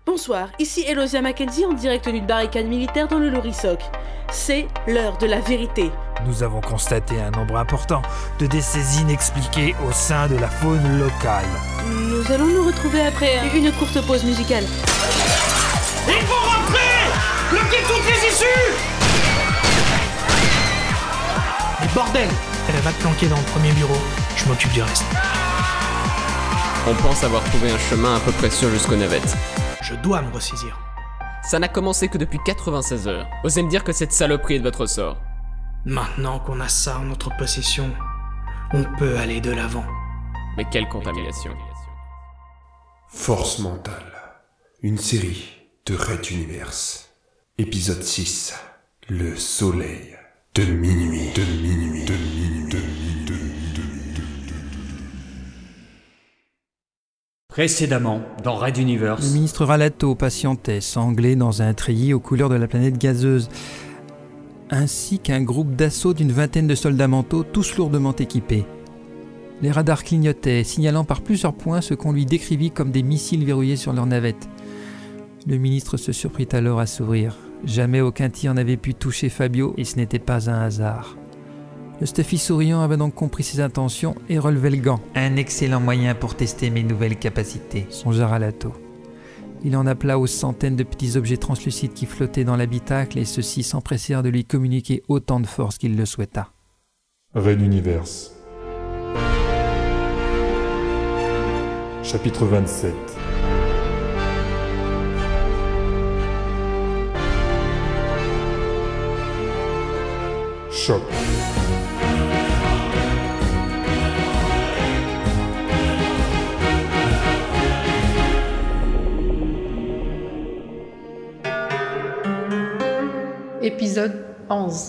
Bonsoir, ici Elosia Mackenzie en direct d'une barricade militaire dans le Lorisok. C'est l'heure de la vérité. Nous avons constaté un nombre important de décès inexpliqués au sein de la faune locale. Nous allons nous retrouver après une courte pause musicale. Il faut rentrer! Bloquez toutes les issues! Mais bordel! Elle va te planquer dans le premier bureau. Je m'occupe du reste. On pense avoir trouvé un chemin à peu près sûr jusqu'aux navettes. Je dois me ressaisir. Ça n'a commencé que depuis 96 heures. Osez me dire que cette saloperie est de votre sort. Maintenant qu'on a ça en notre possession, on peut aller de l'avant. Mais quelle contamination. Force mentale. Une série de Red Universe. Épisode 6. Le soleil. De minuit. Précédemment, dans Red Universe... Le ministre Ralato patientait, sanglé dans un treillis aux couleurs de la planète gazeuse, ainsi qu'un groupe d'assaut d'une vingtaine de soldats mentaux, tous lourdement équipés. Les radars clignotaient, signalant par plusieurs points ce qu'on lui décrivit comme des missiles verrouillés sur leur navette. Le ministre se surprit alors à sourire. Jamais aucun tir n'avait pu toucher Fabio, et ce n'était pas un hasard. Le Stuffy souriant avait donc compris ses intentions et relevait le gant. Un excellent moyen pour tester mes nouvelles capacités, songea Ralato. Il en appela aux centaines de petits objets translucides qui flottaient dans l'habitacle et ceux-ci s'empressèrent de lui communiquer autant de force qu'il le souhaita. Red Universe. Chapitre 27. Choc. Épisode 11.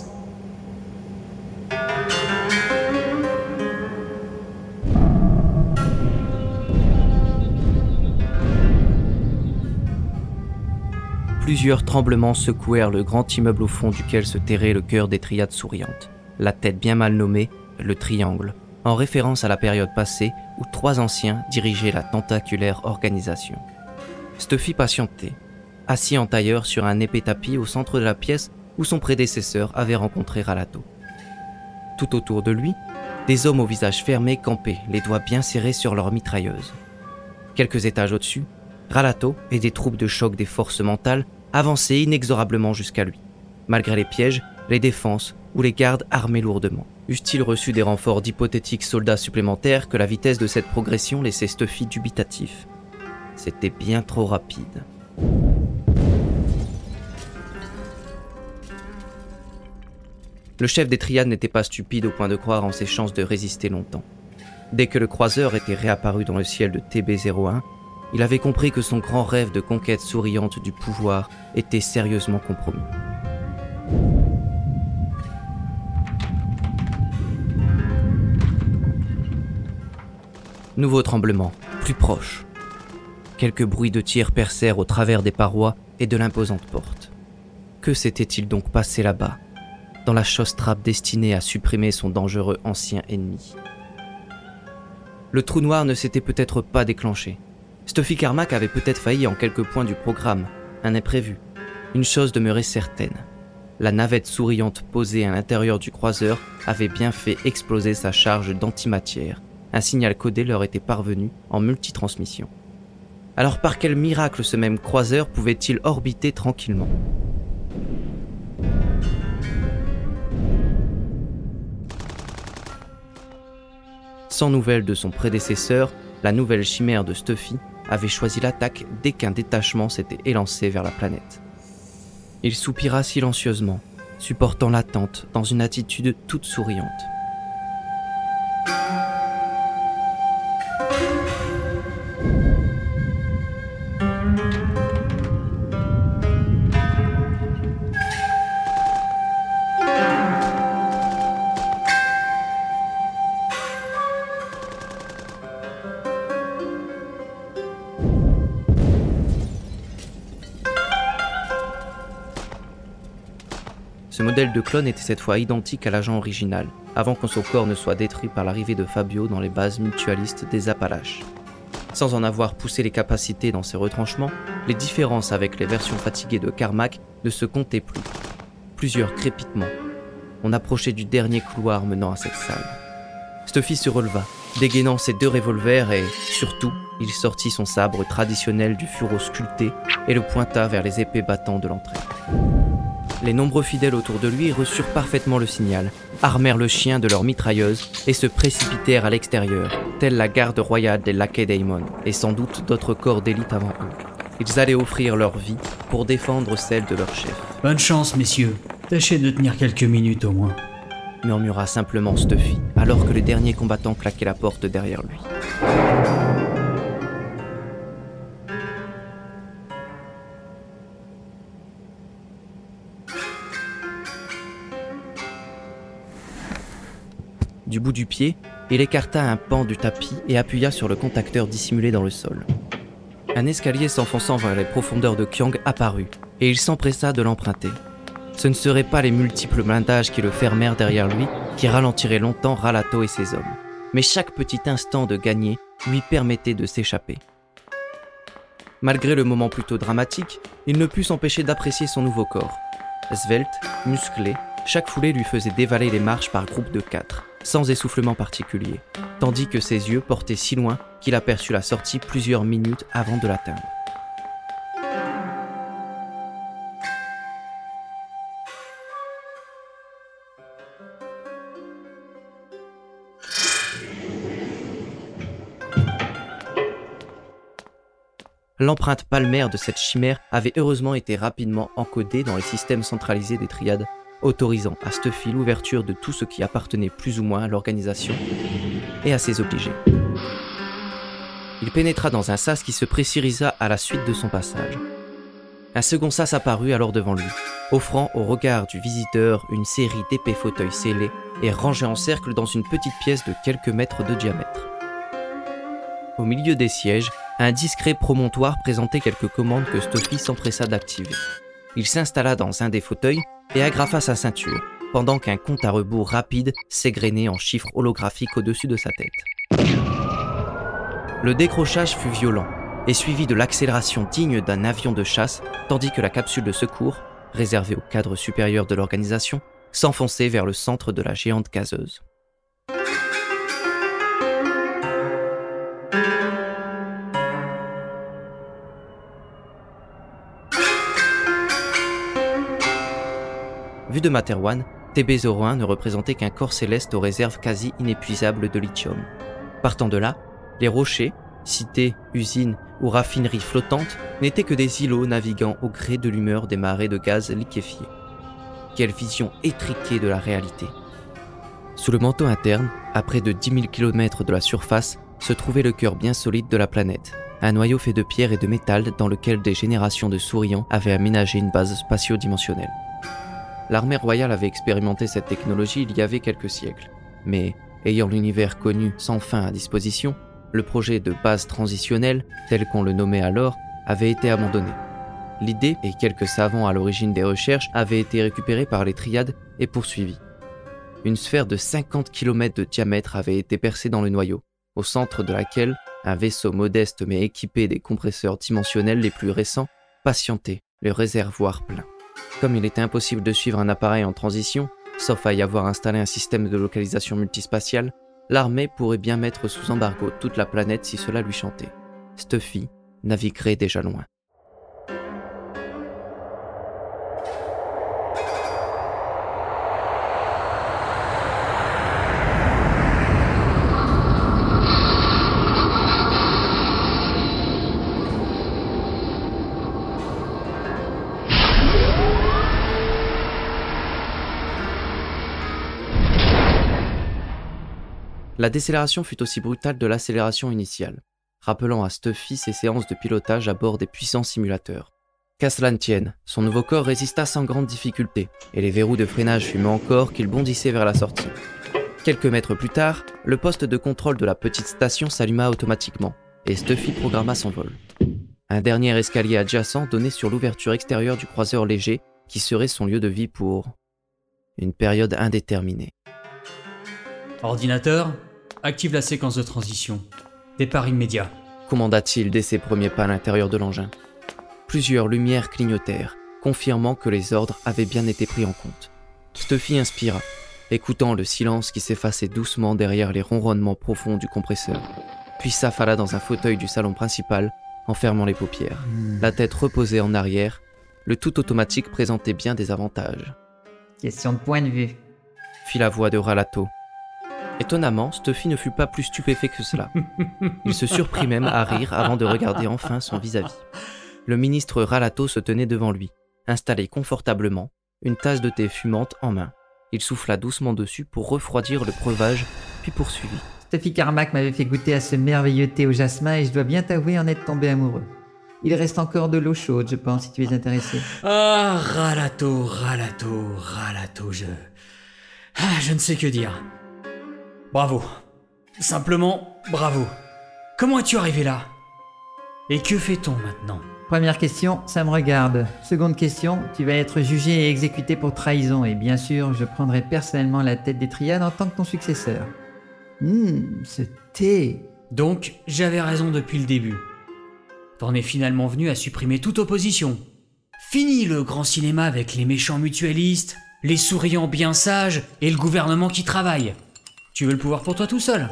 Plusieurs tremblements secouèrent le grand immeuble au fond duquel se terrait le cœur des triades souriantes. La tête bien mal nommée, le triangle, en référence à la période passée où 3 anciens dirigeaient la tentaculaire organisation. Stuffy patientait, assis en tailleur sur un épais tapis au centre de la pièce où son prédécesseur avait rencontré Ralato. Tout autour de lui, des hommes au visage fermé campaient, les doigts bien serrés sur leurs mitrailleuses. Quelques étages au-dessus, Ralato et des troupes de choc des forces mentales avançaient inexorablement jusqu'à lui, malgré les pièges, les défenses ou les gardes armés lourdement. Eussent-ils reçu des renforts d'hypothétiques soldats supplémentaires que la vitesse de cette progression laissait Stuffy dubitatif. C'était bien trop rapide. Le chef des triades n'était pas stupide au point de croire en ses chances de résister longtemps. Dès que le croiseur était réapparu dans le ciel de TB-01, il avait compris que son grand rêve de conquête souriante du pouvoir était sérieusement compromis. Nouveau tremblement, plus proche. Quelques bruits de tirs percèrent au travers des parois et de l'imposante porte. Que s'était-il donc passé là-bas, dans la chausse-trappe destinée à supprimer son dangereux ancien ennemi? Le trou noir ne s'était peut-être pas déclenché. Stuffy Carmack avait peut-être failli en quelques points du programme, un imprévu. Une chose demeurait certaine. La navette souriante posée à l'intérieur du croiseur avait bien fait exploser sa charge d'antimatière. Un signal codé leur était parvenu en multitransmission. Alors par quel miracle ce même croiseur pouvait-il orbiter tranquillement ? Sans nouvelles de son prédécesseur, la nouvelle chimère de Stuffy avait choisi l'attaque dès qu'un détachement s'était élancé vers la planète. Il soupira silencieusement, supportant l'attente dans une attitude toute souriante. Ce modèle de clone était cette fois identique à l'agent original, avant que son corps ne soit détruit par l'arrivée de Fabio dans les bases mutualistes des Appalaches. Sans en avoir poussé les capacités dans ses retranchements, les différences avec les versions fatiguées de Carmack ne se comptaient plus. Plusieurs crépitements. On approchait du dernier couloir menant à cette salle. Stuffy se releva, dégainant ses 2 revolvers et, surtout, il sortit son sabre traditionnel du fureau sculpté et le pointa vers les épées battants de l'entrée. Les nombreux fidèles autour de lui reçurent parfaitement le signal, armèrent le chien de leurs mitrailleuses et se précipitèrent à l'extérieur, telle la garde royale des laquais d'Aemon et sans doute d'autres corps d'élite avant eux. Ils allaient offrir leur vie pour défendre celle de leur chef. Bonne chance, messieurs. Tâchez de tenir quelques minutes au moins. Murmura simplement Stuffy, alors que le dernier combattant claquait la porte derrière lui. Du bout du pied, il écarta un pan du tapis et appuya sur le contacteur dissimulé dans le sol. Un escalier s'enfonçant vers les profondeurs de Kyang apparut, et il s'empressa de l'emprunter. Ce ne seraient pas les multiples blindages qui le fermèrent derrière lui qui ralentiraient longtemps Ralato et ses hommes, mais chaque petit instant de gagné lui permettait de s'échapper. Malgré le moment plutôt dramatique, il ne put s'empêcher d'apprécier son nouveau corps. Svelte, musclé, chaque foulée lui faisait dévaler les marches par groupe de 4, sans essoufflement particulier, tandis que ses yeux portaient si loin qu'il aperçut la sortie plusieurs minutes avant de l'atteindre. L'empreinte palmaire de cette chimère avait heureusement été rapidement encodée dans les systèmes centralisés des triades, autorisant à Stuffy l'ouverture de tout ce qui appartenait plus ou moins à l'organisation et à ses obligés. Il pénétra dans un sas qui se pressurisa à la suite de son passage. Un second sas apparut alors devant lui, offrant au regard du visiteur une série d'épais fauteuils scellés et rangés en cercle dans une petite pièce de quelques mètres de diamètre. Au milieu des sièges, un discret promontoire présentait quelques commandes que Stuffy s'empressa d'activer. Il s'installa dans un des fauteuils et agrafa sa ceinture, pendant qu'un compte à rebours rapide s'égrenait en chiffres holographiques au-dessus de sa tête. Le décrochage fut violent et suivi de l'accélération digne d'un avion de chasse, tandis que la capsule de secours, réservée au cadre supérieur de l'organisation, s'enfonçait vers le centre de la géante gazeuse. Vu de Materwan, TB-01 ne représentait qu'un corps céleste aux réserves quasi inépuisables de lithium. Partant de là, les rochers, cités, usines ou raffineries flottantes n'étaient que des îlots naviguant au gré de l'humeur des marées de gaz liquéfiés. Quelle vision étriquée de la réalité! Sous le manteau interne, à près de 10 000 km de la surface, se trouvait le cœur bien solide de la planète, un noyau fait de pierre et de métal dans lequel des générations de souriants avaient aménagé une base spatio-dimensionnelle. L'armée royale avait expérimenté cette technologie il y avait quelques siècles, mais ayant l'univers connu sans fin à disposition, le projet de base transitionnelle, tel qu'on le nommait alors, avait été abandonné. L'idée et quelques savants à l'origine des recherches avaient été récupérés par les triades et poursuivis. Une sphère de 50 km de diamètre avait été percée dans le noyau, au centre de laquelle un vaisseau modeste mais équipé des compresseurs dimensionnels les plus récents patientait, le réservoir plein. Comme il était impossible de suivre un appareil en transition, sauf à y avoir installé un système de localisation multispatiale, l'armée pourrait bien mettre sous embargo toute la planète si cela lui chantait. Stuffy naviguerait déjà loin. La décélération fut aussi brutale de l'accélération initiale, rappelant à Stuffy ses séances de pilotage à bord des puissants simulateurs. Qu'à cela ne tienne, son nouveau corps résista sans grande difficulté, et les verrous de freinage fumaient encore qu'il bondissait vers la sortie. Quelques mètres plus tard, le poste de contrôle de la petite station s'alluma automatiquement, et Stuffy programma son vol. Un dernier escalier adjacent donnait sur l'ouverture extérieure du croiseur léger, qui serait son lieu de vie pour une période indéterminée. Ordinateur, active la séquence de transition. Départ immédiat. commanda-t-il dès ses premiers pas à l'intérieur de l'engin. Plusieurs lumières clignotèrent, confirmant que les ordres avaient bien été pris en compte. Stuffy inspira, écoutant le silence qui s'effaçait doucement derrière les ronronnements profonds du compresseur, puis s'affala dans un fauteuil du salon principal, en fermant les paupières. La tête reposée en arrière, le tout automatique présentait bien des avantages. Question de point de vue. Fit la voix de Ralato. Étonnamment, Stuffy ne fut pas plus stupéfait que cela. Il se surprit même à rire avant de regarder enfin son vis-à-vis. Le ministre Ralato se tenait devant lui, installé confortablement, une tasse de thé fumante en main. Il souffla doucement dessus pour refroidir le breuvage, puis poursuivit. Stuffy Carmack m'avait fait goûter à ce merveilleux thé au jasmin et je dois bien t'avouer en être tombé amoureux. Il reste encore de l'eau chaude, je pense, si tu es intéressé. Ah, Ralato, je ne sais que dire. Bravo. Simplement, bravo. Comment es-tu arrivé là? Et que fait-on maintenant? Première question, ça me regarde. Seconde question, tu vas être jugé et exécuté pour trahison et bien sûr, je prendrai personnellement la tête des triades en tant que ton successeur. Ce thé. Donc, j'avais raison depuis le début. T'en es finalement venu à supprimer toute opposition. Fini le grand cinéma avec les méchants mutualistes, les souriants bien sages et le gouvernement qui travaille. Tu veux le pouvoir pour toi tout seul?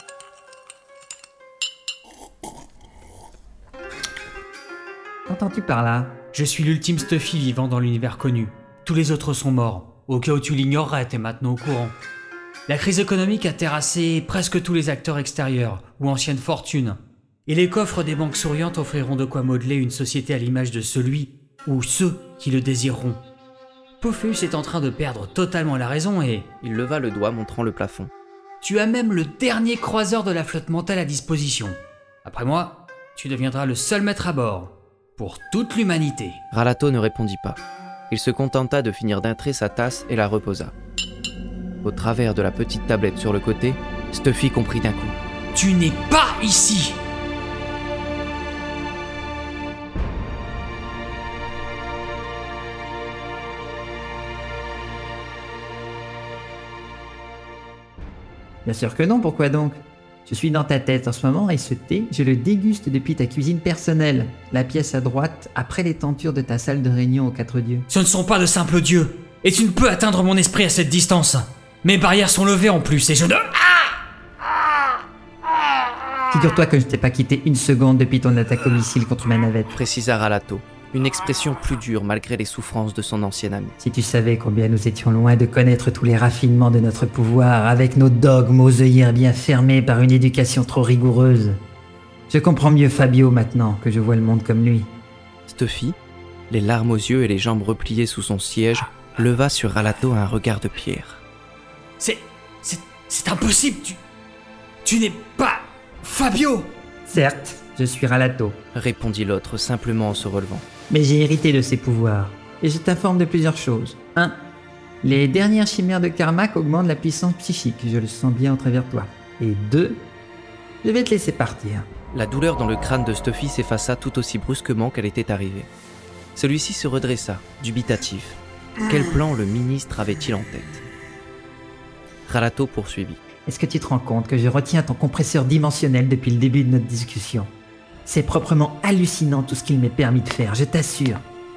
Qu'entends-tu par là? Je suis l'ultime Stuffy vivant dans l'univers connu. Tous les autres sont morts. Au cas où tu l'ignorerais, t'es maintenant au courant. La crise économique a terrassé presque tous les acteurs extérieurs ou anciennes fortunes. Et les coffres des banques souriantes offriront de quoi modeler une société à l'image de celui ou ceux qui le désireront. Pophéus est en train de perdre totalement la raison et... Il leva le doigt montrant le plafond. Tu as même le dernier croiseur de la flotte mentale à disposition. Après moi, tu deviendras le seul maître à bord. Pour toute l'humanité. Ralato ne répondit pas. Il se contenta de finir d'intrer sa tasse et la reposa. Au travers de la petite tablette sur le côté, Stuffy comprit d'un coup. Tu n'es pas ici! Bien sûr que non, pourquoi donc? Je suis dans ta tête en ce moment et ce thé, je le déguste depuis ta cuisine personnelle, la pièce à droite, après les tentures de ta salle de réunion aux 4 dieux. Ce ne sont pas de simples dieux, et tu ne peux atteindre mon esprit à cette distance. Mes barrières sont levées en plus et je ne... Figure-toi que je t'ai pas quitté une seconde depuis ton attaque au missile contre ma navette. Précisa Ralato, une expression plus dure malgré les souffrances de son ancien ami. Si tu savais combien nous étions loin de connaître tous les raffinements de notre pouvoir, avec nos dogmes aux œillères bien fermés par une éducation trop rigoureuse. Je comprends mieux Fabio maintenant que je vois le monde comme lui. Stuffy, les larmes aux yeux et les jambes repliées sous son siège, leva sur Ralato un regard de pierre. C'est impossible, tu n'es pas Fabio! Certes, je suis Ralato, répondit l'autre simplement en se relevant. Mais j'ai hérité de ses pouvoirs, et je t'informe de plusieurs choses. 1. Les dernières chimères de Carmack augmentent la puissance psychique, je le sens bien au travers de toi. Et 2. Je vais te laisser partir. La douleur dans le crâne de Stuffy s'effaça tout aussi brusquement qu'elle était arrivée. Celui-ci se redressa, dubitatif. Quel plan le ministre avait-il en tête? Ralato poursuivit. Est-ce que tu te rends compte que je retiens ton compresseur dimensionnel depuis le début de notre discussion? C'est proprement hallucinant tout ce qu'il m'est permis de faire, je t'assure.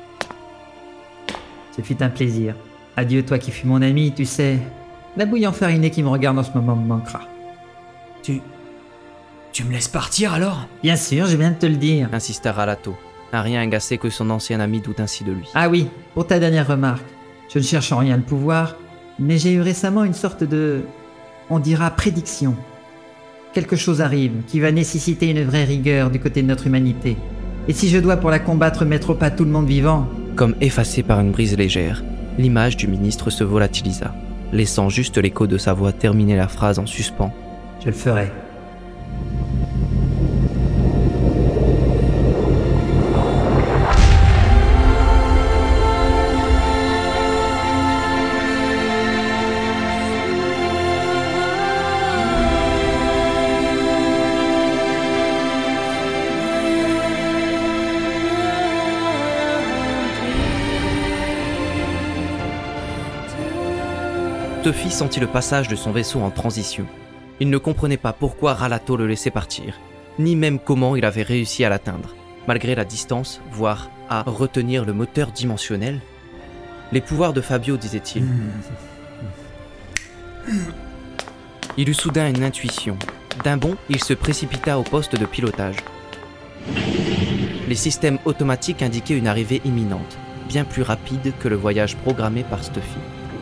Ce fut un plaisir. Adieu toi qui fus mon ami, tu sais. La bouille enfarinée qui me regarde en ce moment me manquera. Tu me laisses partir alors? Bien sûr, je viens de te le dire. Insista Ralato, un rien agacé que son ancien ami doute ainsi de lui. Ah oui, pour ta dernière remarque. Je ne cherche en rien le pouvoir, mais j'ai eu récemment une sorte de... on dira prédiction. Quelque chose arrive qui va nécessiter une vraie rigueur du côté de notre humanité. Et si je dois pour la combattre mettre au pas tout le monde vivant... Comme effacé par une brise légère, l'image du ministre se volatilisa, laissant juste l'écho de sa voix terminer la phrase en suspens. Je le ferai. Stuffy sentit le passage de son vaisseau en transition. Il ne comprenait pas pourquoi Ralato le laissait partir. ni même comment il avait réussi à l'atteindre, malgré la distance, voire à retenir le moteur dimensionnel. Les pouvoirs de Fabio, disait-il. Il eut soudain une intuition. D'un bond, il se précipita au poste de pilotage. Les systèmes automatiques indiquaient une arrivée imminente, bien plus rapide que le voyage programmé par Stuffy.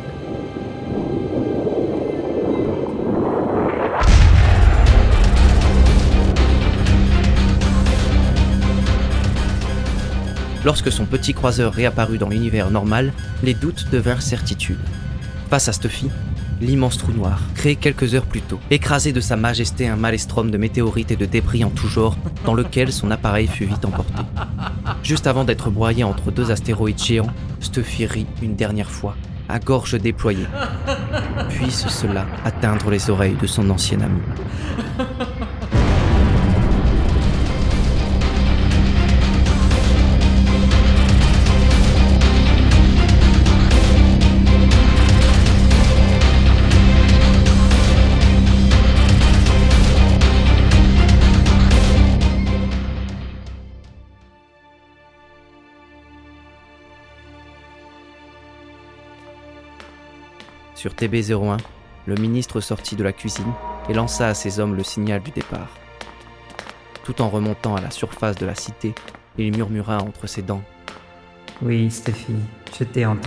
Lorsque son petit croiseur réapparut dans l'univers normal, les doutes devinrent certitudes. Face à Stuffy, l'immense trou noir, créé quelques heures plus tôt, écrasé de sa majesté un maelstrom de météorites et de débris en tout genre, dans lequel son appareil fut vite emporté. Juste avant d'être broyé entre deux astéroïdes géants, Stuffy rit une dernière fois, à gorge déployée. Puisse cela atteindre les oreilles de son ancien ami. Sur TB01, le ministre sortit de la cuisine et lança à ses hommes le signal du départ. Tout en remontant à la surface de la cité, il murmura entre ses dents. « Oui, Stuffy, je t'ai entendu. »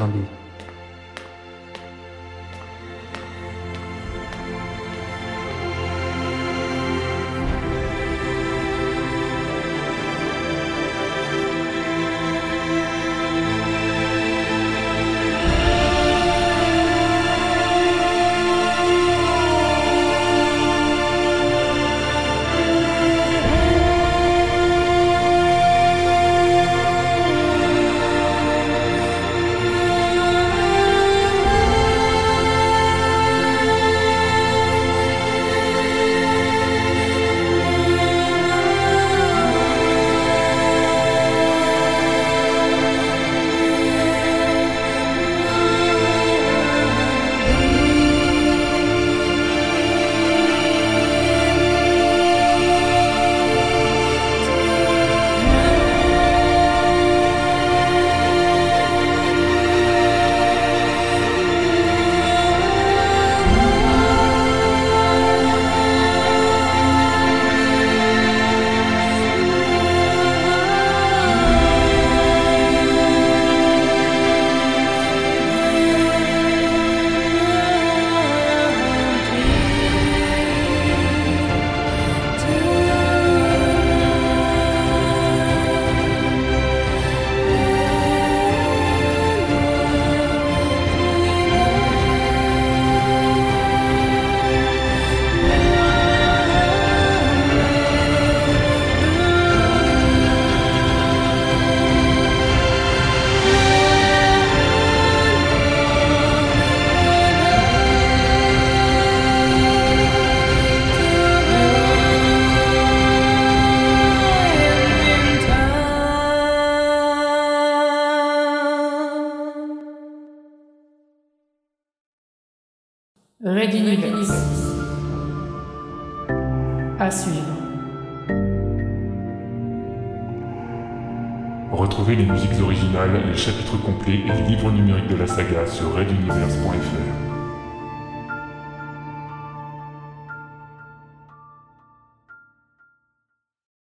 Red Universe. À suivre. Retrouvez les musiques originales, les chapitres complets et les livres numériques de la saga sur reduniverse.fr.